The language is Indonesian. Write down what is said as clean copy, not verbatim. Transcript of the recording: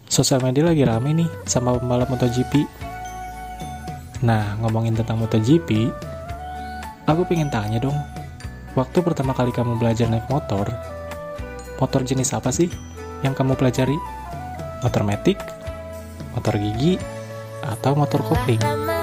Sosial media lagi rame nih sama pembalap MotoGP. Nah, ngomongin tentang MotoGP, aku pengen tanya dong, waktu pertama kali kamu belajar naik motor jenis apa sih yang kamu pelajari? Motor metik, motor gigi, atau motor kopling?